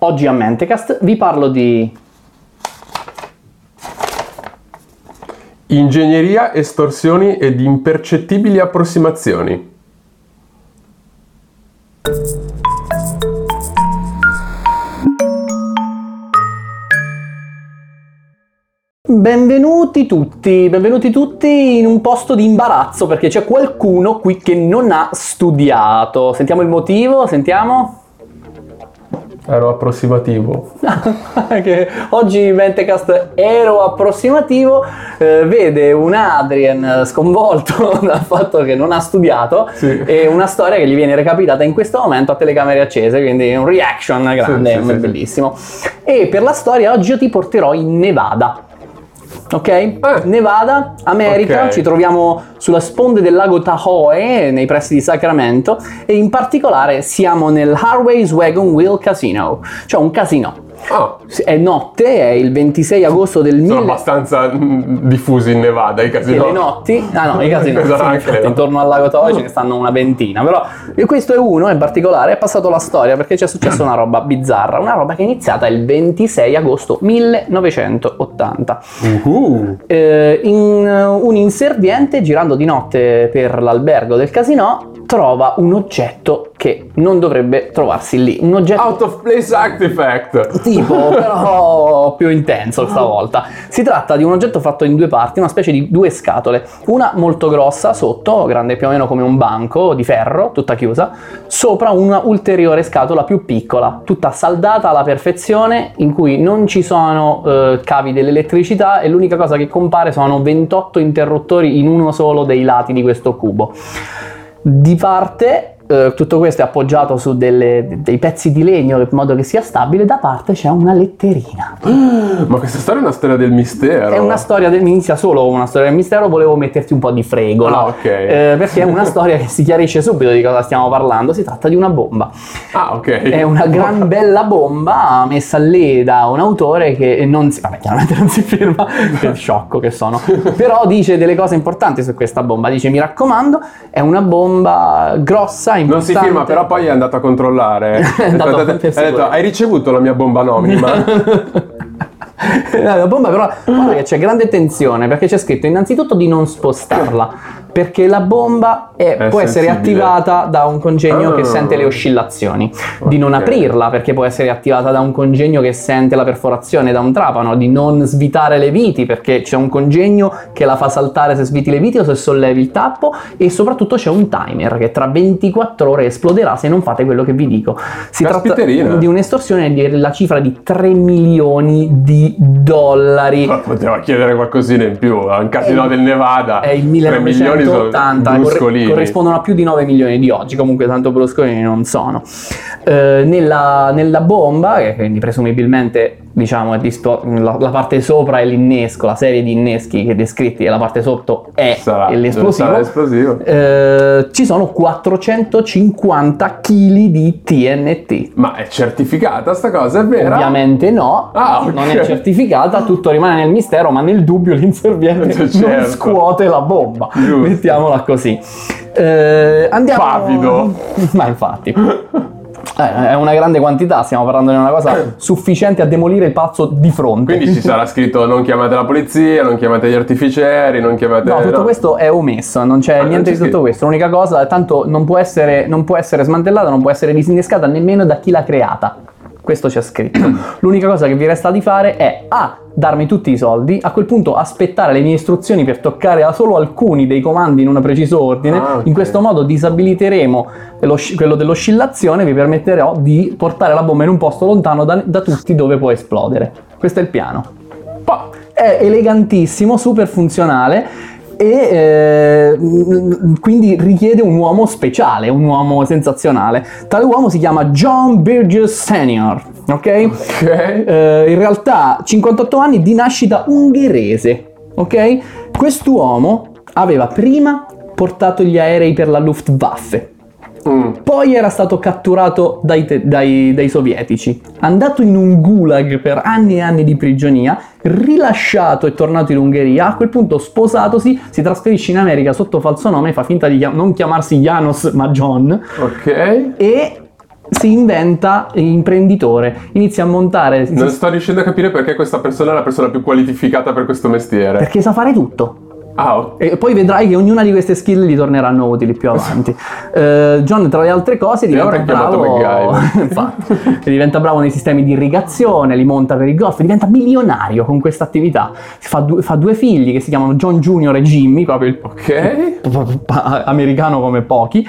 Oggi a Mentecast vi parlo di ingegneria, estorsioni ed impercettibili approssimazioni. benvenuti tutti in un posto di imbarazzo perché c'è qualcuno qui che non ha studiato. Sentiamo il motivo, sentiamo. Ero approssimativo. Che oggi Mentecast ero approssimativo vede un Adrien sconvolto dal fatto che non ha studiato, sì. E una storia che gli viene recapitata in questo momento a telecamere accese, quindi un reaction grande, sì, bellissimo. E per la storia oggi io ti porterò in Nevada. Ok? Nevada, America, okay. Ci troviamo sulla sponde del lago Tahoe, nei pressi di Sacramento, e in particolare siamo nel Harvey's Wagon Wheel Casino, cioè un casino. È notte, è il 26 agosto del Sono abbastanza diffusi in Nevada i casini. Le notti? Ah no, i casini intorno al lago Tahoe ce ne stanno una ventina, però questo è uno in particolare, è passato la storia perché c'è successa una roba bizzarra, una roba che è iniziata il 26 agosto 1980. Un inserviente girando di notte per l'albergo del casino trova un oggetto che non dovrebbe trovarsi lì, un oggetto out of place artifact tipo, però più intenso stavolta. Si tratta di un oggetto fatto in due parti, una specie di due scatole, una molto grossa sotto, grande più o meno come un banco di ferro, tutta chiusa, sopra una ulteriore scatola più piccola, tutta saldata alla perfezione, in cui non ci sono cavi dell'elettricità e l'unica cosa che compare sono 28 interruttori in uno solo dei lati di questo cubo. Di parte tutto questo è appoggiato su dei pezzi di legno in modo che sia stabile, da parte c'è una letterina. Ma questa storia è una storia del mistero. È una storia inizia solo una storia del mistero, volevo metterti un po' di fregola. Perché è una storia che si chiarisce subito di cosa stiamo parlando. Si tratta di una bomba. È una gran bella bomba messa lì da un autore che chiaramente non si firma, che sciocco che sono, però dice delle cose importanti su questa bomba. Dice: mi raccomando, è una bomba grossa, importante. Non si firma, però poi è andato a controllare. Ha detto: hai ricevuto la mia bomba anonima? La bomba, però guarda che c'è grande tensione perché c'è scritto innanzitutto di non spostarla, perché la bomba può essere attivata da un congegno che sente le oscillazioni, di non aprirla perché può essere attivata da un congegno che sente la perforazione da un trapano, di non svitare le viti perché c'è un congegno che la fa saltare se sviti le viti o se sollevi il tappo, e soprattutto c'è un timer che tra 24 ore esploderà se non fate quello che vi dico. Si tratta di un'estorsione della cifra di $3 milioni. Ma poteva chiedere qualcosina in più, a un casino del Nevada. È il 1980, corrispondono a più di 9 milioni di oggi, comunque tanto bruscolini non sono. Nella bomba, che quindi presumibilmente diciamo la parte sopra è l'innesco, la serie di inneschi che descritti, e la parte sotto è l'esplosivo. Ci sono 450 kg di TNT. Ma è certificata sta cosa, è vera? Ovviamente no, non è certificata, tutto rimane nel mistero, ma nel dubbio l'inserviente non scuote la bomba. Giusto. Mettiamola così. Andiamo. Pavido. Ma infatti. È una grande quantità, stiamo parlando di una cosa sufficiente a demolire il palazzo di fronte. Quindi ci sarà scritto: non chiamate la polizia, non chiamate gli artificieri, non chiamate... No, tutto questo è omesso, non c'è niente di tutto questo. L'unica cosa, tanto non può essere smantellata, non può essere disinnescata nemmeno da chi l'ha creata. Questo c'è scritto. L'unica cosa che vi resta di fare è darmi tutti i soldi, a quel punto aspettare le mie istruzioni per toccare solo alcuni dei comandi in un preciso ordine. In questo modo disabiliteremo quello dell'oscillazione, vi permetterò di portare la bomba in un posto lontano da tutti dove può esplodere. Questo è il piano. È elegantissimo, super funzionale, e quindi richiede un uomo speciale, un uomo sensazionale. Tale uomo si chiama John Burgess Sr., ok? In realtà 58 anni, di nascita ungherese, ok? Quest'uomo aveva prima portato gli aerei per la Luftwaffe, poi era stato catturato dai sovietici, andato in un gulag per anni e anni di prigionia, rilasciato e tornato in Ungheria. A quel punto, sposatosi, si trasferisce in America sotto falso nome, fa finta di non chiamarsi Janos ma John, e si inventa imprenditore, inizia a montare... Non sto riuscendo a capire perché questa persona è la persona più qualificata per questo mestiere. Perché sa fare tutto. Okay. E poi vedrai che ognuna di queste skill gli torneranno utili più avanti. John, tra le altre cose, diventa bravo. Infatti, diventa bravo nei sistemi di irrigazione, li monta per il golf, diventa milionario con questa attività. Fa due figli che si chiamano John Junior e Jimmy, proprio il americano come pochi.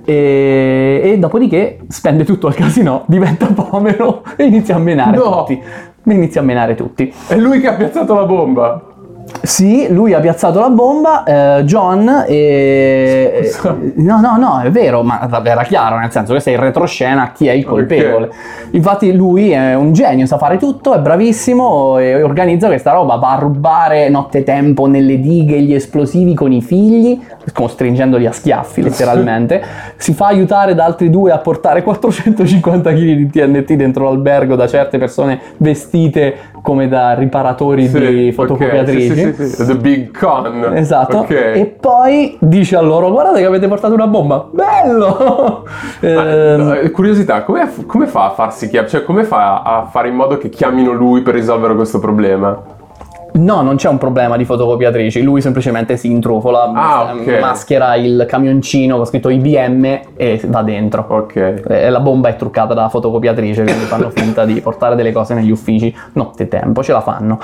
E dopodiché spende tutto al casino, diventa povero e inizia a menare tutti. Inizia a menare tutti. È lui che ha piazzato la bomba. Sì, lui ha piazzato la bomba, John, e... No, è vero, ma era chiaro, nel senso che sei in retroscena chi è il colpevole. Okay. Infatti lui è un genio, sa fare tutto, è bravissimo e organizza questa roba, va a rubare nottetempo nelle dighe gli esplosivi con i figli, costringendoli a schiaffi letteralmente, si fa aiutare da altri due a portare 450 kg di TNT dentro l'albergo da certe persone vestite come da riparatori di fotocopiatrici. Sì. The Big Con. Esatto. Okay. E poi dice a loro: guardate che avete portato una bomba. Bello! Curiosità, come fa a farsi chiamare? Cioè, come fa a fare in modo che chiamino lui per risolvere questo problema? No, non c'è un problema di fotocopiatrici, lui semplicemente si intrufola, maschera il camioncino con scritto IBM e va dentro. Ok. La bomba è truccata da fotocopiatrice, quindi fanno finta di portare delle cose negli uffici nottetempo, ce la fanno.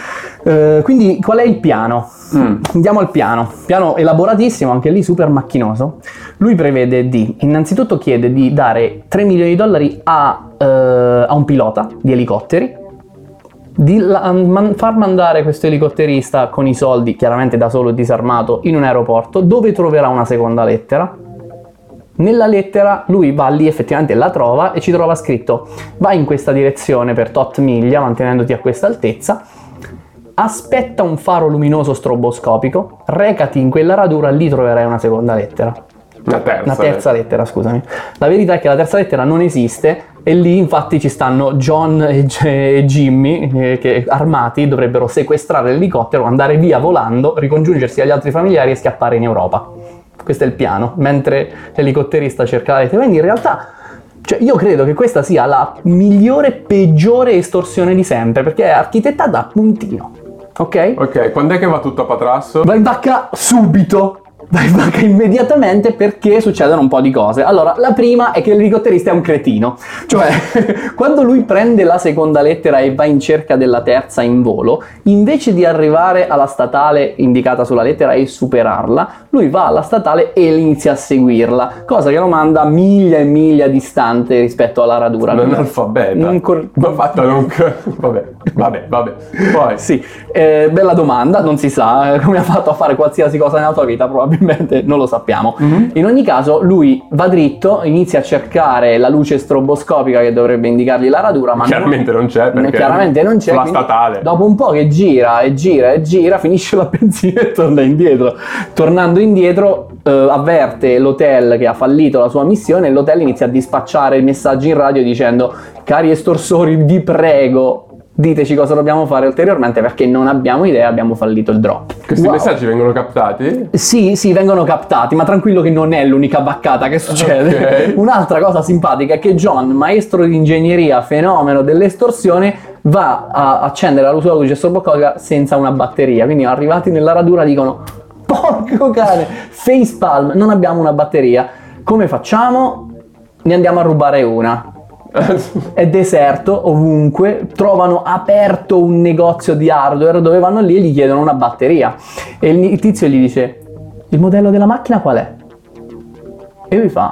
Quindi qual è il piano? Andiamo al piano. Piano elaboratissimo, anche lì super macchinoso. Lui prevede innanzitutto chiede di dare $3 milioni a un pilota di elicotteri, di far mandare questo elicotterista con i soldi, chiaramente da solo disarmato, in un aeroporto dove troverà una seconda lettera. Nella lettera lui va lì, effettivamente la trova e ci trova scritto: vai in questa direzione per tot miglia mantenendoti a questa altezza, aspetta un faro luminoso stroboscopico, recati in quella radura, lì troverai una seconda lettera. Una terza lettera, scusami. La verità è che la terza lettera non esiste e lì infatti ci stanno John e Jimmy che armati dovrebbero sequestrare l'elicottero, andare via volando, ricongiungersi agli altri familiari e scappare in Europa. Questo è il piano, mentre l'elicotterista cerca la lettera. Quindi in realtà, cioè, io credo che questa sia la migliore, peggiore estorsione di sempre, perché è architettata a puntino. Ok? Quando è che va tutto a patrasso? Va in vacca subito! Va in vacca immediatamente perché succedono un po' di cose. Allora, la prima è che l'elicotterista è un cretino. Cioè, quando lui prende la seconda lettera e va in cerca della terza in volo, invece di arrivare alla statale indicata sulla lettera e superarla, lui va alla statale e inizia a seguirla, cosa che lo manda miglia e miglia distante rispetto alla radura. Non alfabeta. Vabbè. Poi. Sì, bella domanda, non si sa come ha fatto a fare qualsiasi cosa nella sua vita, probabilmente non lo sappiamo. In ogni caso lui va dritto, inizia a cercare la luce stroboscopica che dovrebbe indicargli la radura, ma chiaramente non c'è, perché chiaramente non c'è, sulla statale. Dopo un po' che gira, finisce la benzina e torna indietro. Tornando indietro avverte l'hotel che ha fallito la sua missione e l'hotel inizia a dispacciare messaggi in radio dicendo: cari estorsori, vi prego, diteci cosa dobbiamo fare ulteriormente perché non abbiamo idea, abbiamo fallito il drop. Questi messaggi vengono captati? Sì, vengono captati, ma tranquillo che non è l'unica baccata che succede. Okay. Un'altra cosa simpatica è che John, maestro di ingegneria, fenomeno dell'estorsione, va a accendere la luce stroboscopica senza una batteria. Quindi arrivati nella radura dicono: porco cane, facepalm, non abbiamo una batteria. Come facciamo? Ne andiamo a rubare una. È deserto ovunque, trovano aperto un negozio di hardware dove vanno lì e gli chiedono una batteria e il tizio gli dice: il modello della macchina qual è? E lui fa: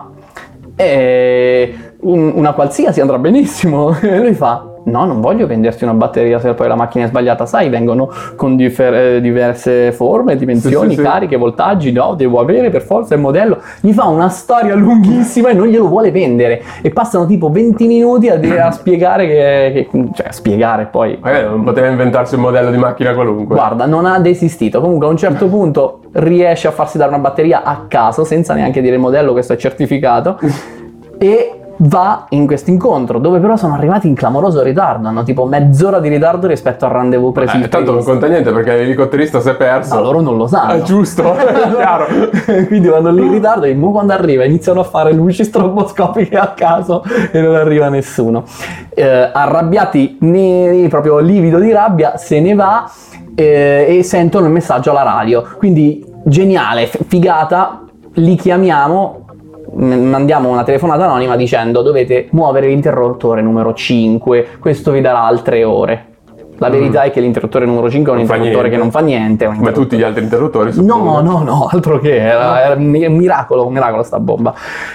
una qualsiasi andrà benissimo. E lui fa: no, non voglio venderti una batteria se poi la macchina è sbagliata, sai, vengono con diverse forme, dimensioni, cariche, voltaggi, no, devo avere per forza il modello. Gli fa una storia lunghissima e non glielo vuole vendere e passano tipo 20 minuti a spiegare cioè spiegare poi non poteva inventarsi un modello di macchina qualunque. Guarda, non ha desistito. Comunque a un certo punto riesce a farsi dare una batteria a caso senza neanche dire il modello, questo è certificato, e va in questo incontro, dove però sono arrivati in clamoroso ritardo, hanno tipo mezz'ora di ritardo rispetto al rendezvous previsto. Tanto non conta niente perché l'elicotterista si è perso. Ma loro non lo sanno. È giusto, è chiaro. Quindi vanno lì in ritardo e mo quando arriva iniziano a fare luci stroboscopiche a caso e non arriva nessuno. Arrabbiati, neri, proprio livido di rabbia, se ne va e sentono il messaggio alla radio. Quindi geniale, figata, li chiamiamo, mandiamo una telefonata anonima dicendo dovete muovere l'interruttore numero 5, questo vi darà altre ore. La verità è che l'interruttore numero 5 è un interruttore che non fa niente. Come tutti gli altri interruttori. No, altro che, era un miracolo sta bomba.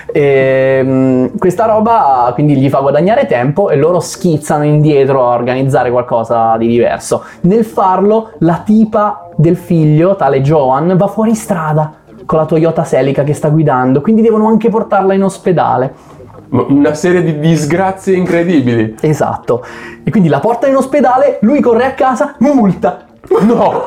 Questa roba quindi gli fa guadagnare tempo e loro schizzano indietro a organizzare qualcosa di diverso. Nel farlo, la tipa del figlio, tale Joan, va fuori strada con la Toyota Celica che sta guidando, quindi devono anche portarla in ospedale. Una serie di disgrazie incredibili. Esatto. E quindi la porta in ospedale, lui corre a casa, multa. No,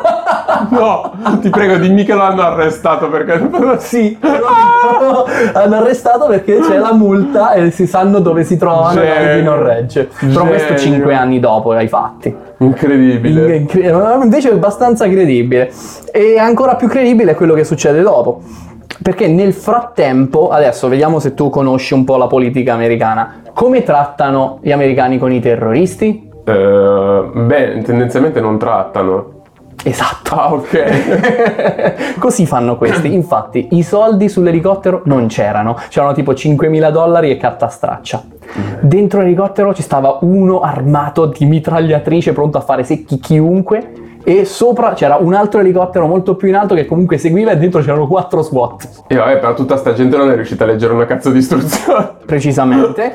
ti prego, dimmi che l'hanno arrestato perché... Sì, hanno arrestato perché c'è la multa e si sanno dove si trovano e non regge. Però questo 5 anni dopo ai fatti. Incredibile. Invece è abbastanza credibile. E ancora più credibile è quello che succede dopo. Perché nel frattempo, adesso vediamo se tu conosci un po' la politica americana. Come trattano gli americani con i terroristi? Tendenzialmente non trattano. Esatto. Ah, ok. Così fanno questi. Infatti i soldi sull'elicottero non c'erano tipo $5.000 e carta straccia. Dentro l'elicottero ci stava uno armato di mitragliatrice pronto a fare secchi chiunque, e sopra c'era un altro elicottero molto più in alto che comunque seguiva e dentro c'erano 4 SWAT. E vabbè, però tutta sta gente non è riuscita a leggere una cazzo di istruzione. Precisamente.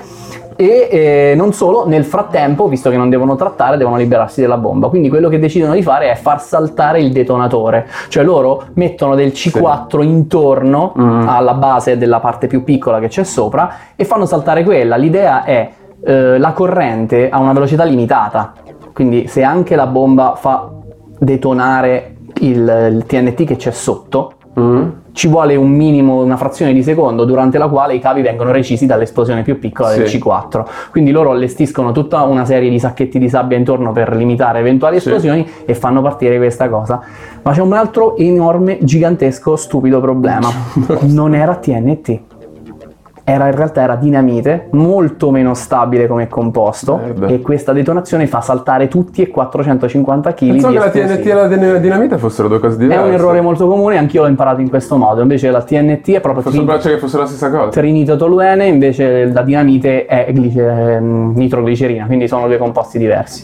E non solo, nel frattempo, visto che non devono trattare, devono liberarsi della bomba. Quindi quello che decidono di fare è far saltare il detonatore. Cioè loro mettono del C4 intorno alla base della parte più piccola che c'è sopra e fanno saltare quella. L'idea è la corrente a una velocità limitata. Quindi se anche la bomba fa detonare il TNT che c'è sotto, ci vuole un minimo, una frazione di secondo durante la quale i cavi vengono recisi dall'esplosione più piccola del C4. Quindi loro allestiscono tutta una serie di sacchetti di sabbia intorno per limitare eventuali esplosioni e fanno partire questa cosa. Ma c'è un altro enorme, gigantesco, stupido problema. Non era TNT. In realtà era dinamite, molto meno stabile come composto. Merda. E questa detonazione fa saltare tutti e 450 kg di esplosivi. Pensavo che la TNT e la dinamite fossero due cose diverse. È un errore molto comune, anch'io l'ho imparato in questo modo. Invece la TNT è proprio che fosse la stessa cosa. Trinitotoluene, invece la dinamite è nitroglicerina, quindi sono due composti diversi.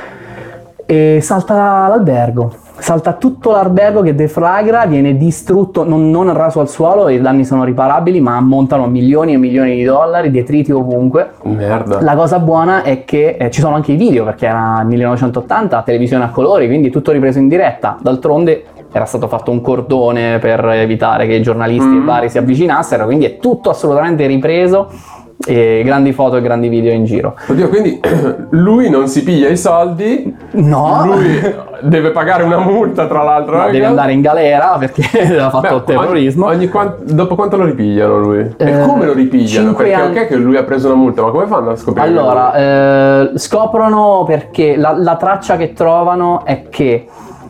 E salta l'albergo. Salta tutto l'albergo che deflagra, viene distrutto, non raso al suolo, i danni sono riparabili, ma ammontano a milioni e milioni di dollari, detriti ovunque. Merda. La cosa buona è che ci sono anche i video, perché era 1980, televisione a colori, quindi tutto ripreso in diretta. D'altronde era stato fatto un cordone per evitare che i giornalisti e vari si avvicinassero, quindi è tutto assolutamente ripreso. E grandi foto e grandi video in giro. Oddio, quindi lui non si piglia i soldi. No. Lui deve pagare una multa, tra l'altro. No, deve andare in galera perché ha fatto terrorismo. Dopo quanto lo ripigliano lui? E come lo ripigliano? Perché ok che lui ha preso una multa, ma come fanno a scoprire? Allora, scoprono perché la traccia che trovano è che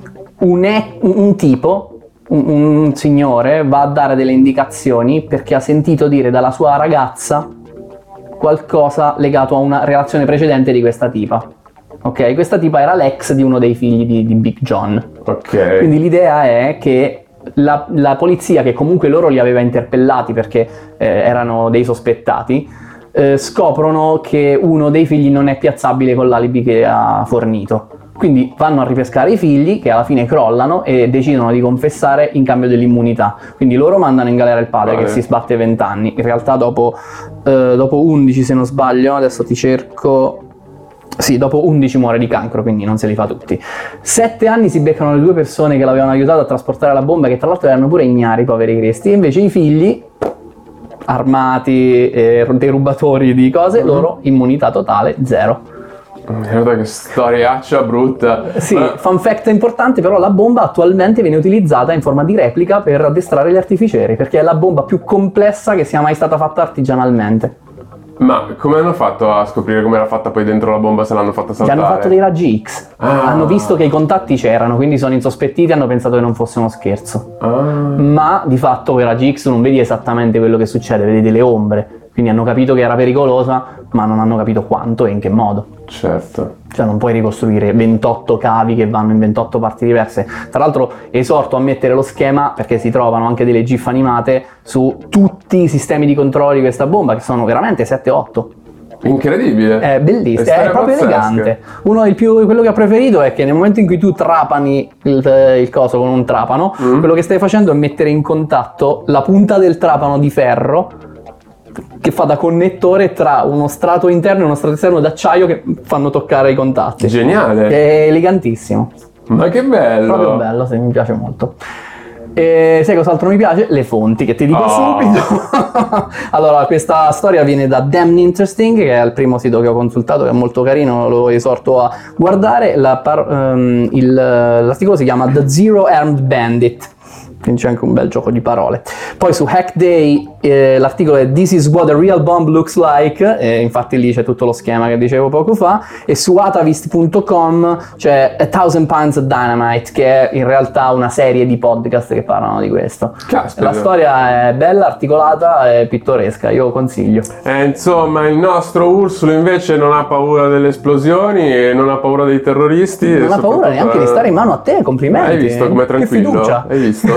un tipo, un signore, va a dare delle indicazioni perché ha sentito dire dalla sua ragazza qualcosa legato a una relazione precedente di questa tipa. Ok, questa tipa era l'ex di uno dei figli di Big John. Ok. Quindi l'idea è che la polizia, che comunque loro li aveva interpellati perché erano dei sospettati, scoprono che uno dei figli non è piazzabile con l'alibi che ha fornito. Quindi vanno a ripescare i figli, che alla fine crollano e decidono di confessare in cambio dell'immunità. Quindi loro mandano in galera il padre che si sbatte 20 anni. In realtà dopo 11, se non sbaglio, adesso ti cerco... Sì, dopo 11 muore di cancro, quindi non se li fa tutti. 7 anni si beccano le 2 persone che l'avevano aiutato a trasportare la bomba, che tra l'altro erano pure ignari, poveri cristi. E invece i figli, armati, derubatori di cose, loro immunità totale, 0. Guarda che storiaccia brutta. Sì, fun fact importante, però la bomba attualmente viene utilizzata in forma di replica per addestrare gli artificieri, perché è la bomba più complessa che sia mai stata fatta artigianalmente. Ma come hanno fatto a scoprire come era fatta poi dentro la bomba se l'hanno fatta Gli saltare? hanno fatto dei raggi X. Ah. Hanno visto che i contatti c'erano, quindi sono insospettiti e hanno pensato che non fosse uno scherzo. Ma di fatto con i raggi X non vedi esattamente quello che succede, vedi delle ombre. Quindi hanno capito che era pericolosa, ma non hanno capito quanto e in che modo. Certo. Cioè non puoi ricostruire 28 cavi che vanno in 28 parti diverse. Tra l'altro esorto a mettere lo schema, perché si trovano anche delle GIF animate su tutti i sistemi di controllo di questa bomba, che sono veramente 7-8. Incredibile. È bellissimo, Storie è proprio pazzesche. elegante. Quello che ho preferito è che nel momento in cui tu trapani il coso con un trapano, quello che stai facendo è mettere in contatto la punta del trapano di ferro che fa da connettore tra uno strato interno e uno strato esterno d'acciaio che fanno toccare i contatti. Geniale. È elegantissimo. Ma che bello. Proprio bello, sì, mi piace molto. E sai cos'altro mi piace? Le fonti, che ti dico subito. Allora, questa storia viene da Damn Interesting, che è il primo sito che ho consultato, che è molto carino, lo esorto a guardare. L'articolo si chiama The Zero Armed Bandit, quindi c'è anche un bel gioco di parole. Poi su Hackday l'articolo è This is what a real bomb looks like, e infatti lì c'è tutto lo schema che dicevo poco fa, e su atavist.com c'è A Thousand Pounds of Dynamite, che è in realtà una serie di podcast che parlano di questo. Caspita. La storia è bella, articolata e pittoresca, io consiglio. Insomma, il nostro Ursulo invece non ha paura delle esplosioni e non ha paura dei terroristi. Non ha paura neanche di stare in mano a te, complimenti. Hai visto com'è tranquillo? Che fiducia. Hai visto?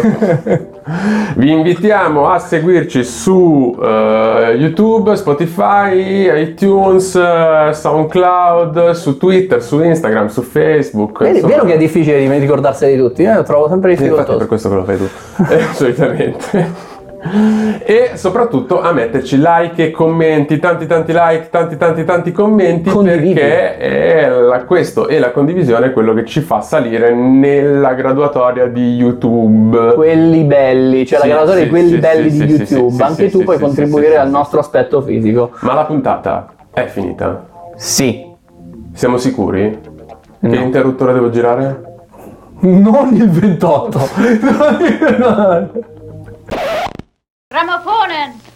Vi invitiamo a seguirci su YouTube, Spotify, iTunes, SoundCloud, su Twitter, su Instagram, su Facebook. Vedi, vero che è difficile di ricordarseli tutti, io lo trovo sempre Infatti è difficoltoso. per questo che lo fai tu, solitamente. E soprattutto a metterci like e commenti, tanti like, tanti commenti, Condividi. perché questo e la condivisione è quello che ci fa salire nella graduatoria di YouTube. Quelli belli, cioè Sì, la graduatoria sì, di quelli sì, belli sì, di sì, YouTube, sì, anche sì, tu sì, puoi sì, contribuire sì, al sì, nostro aspetto fisico. Ma la puntata è finita? Sì. Siamo sicuri? No. Che interruttore devo girare? Non il 28. Grammofonen!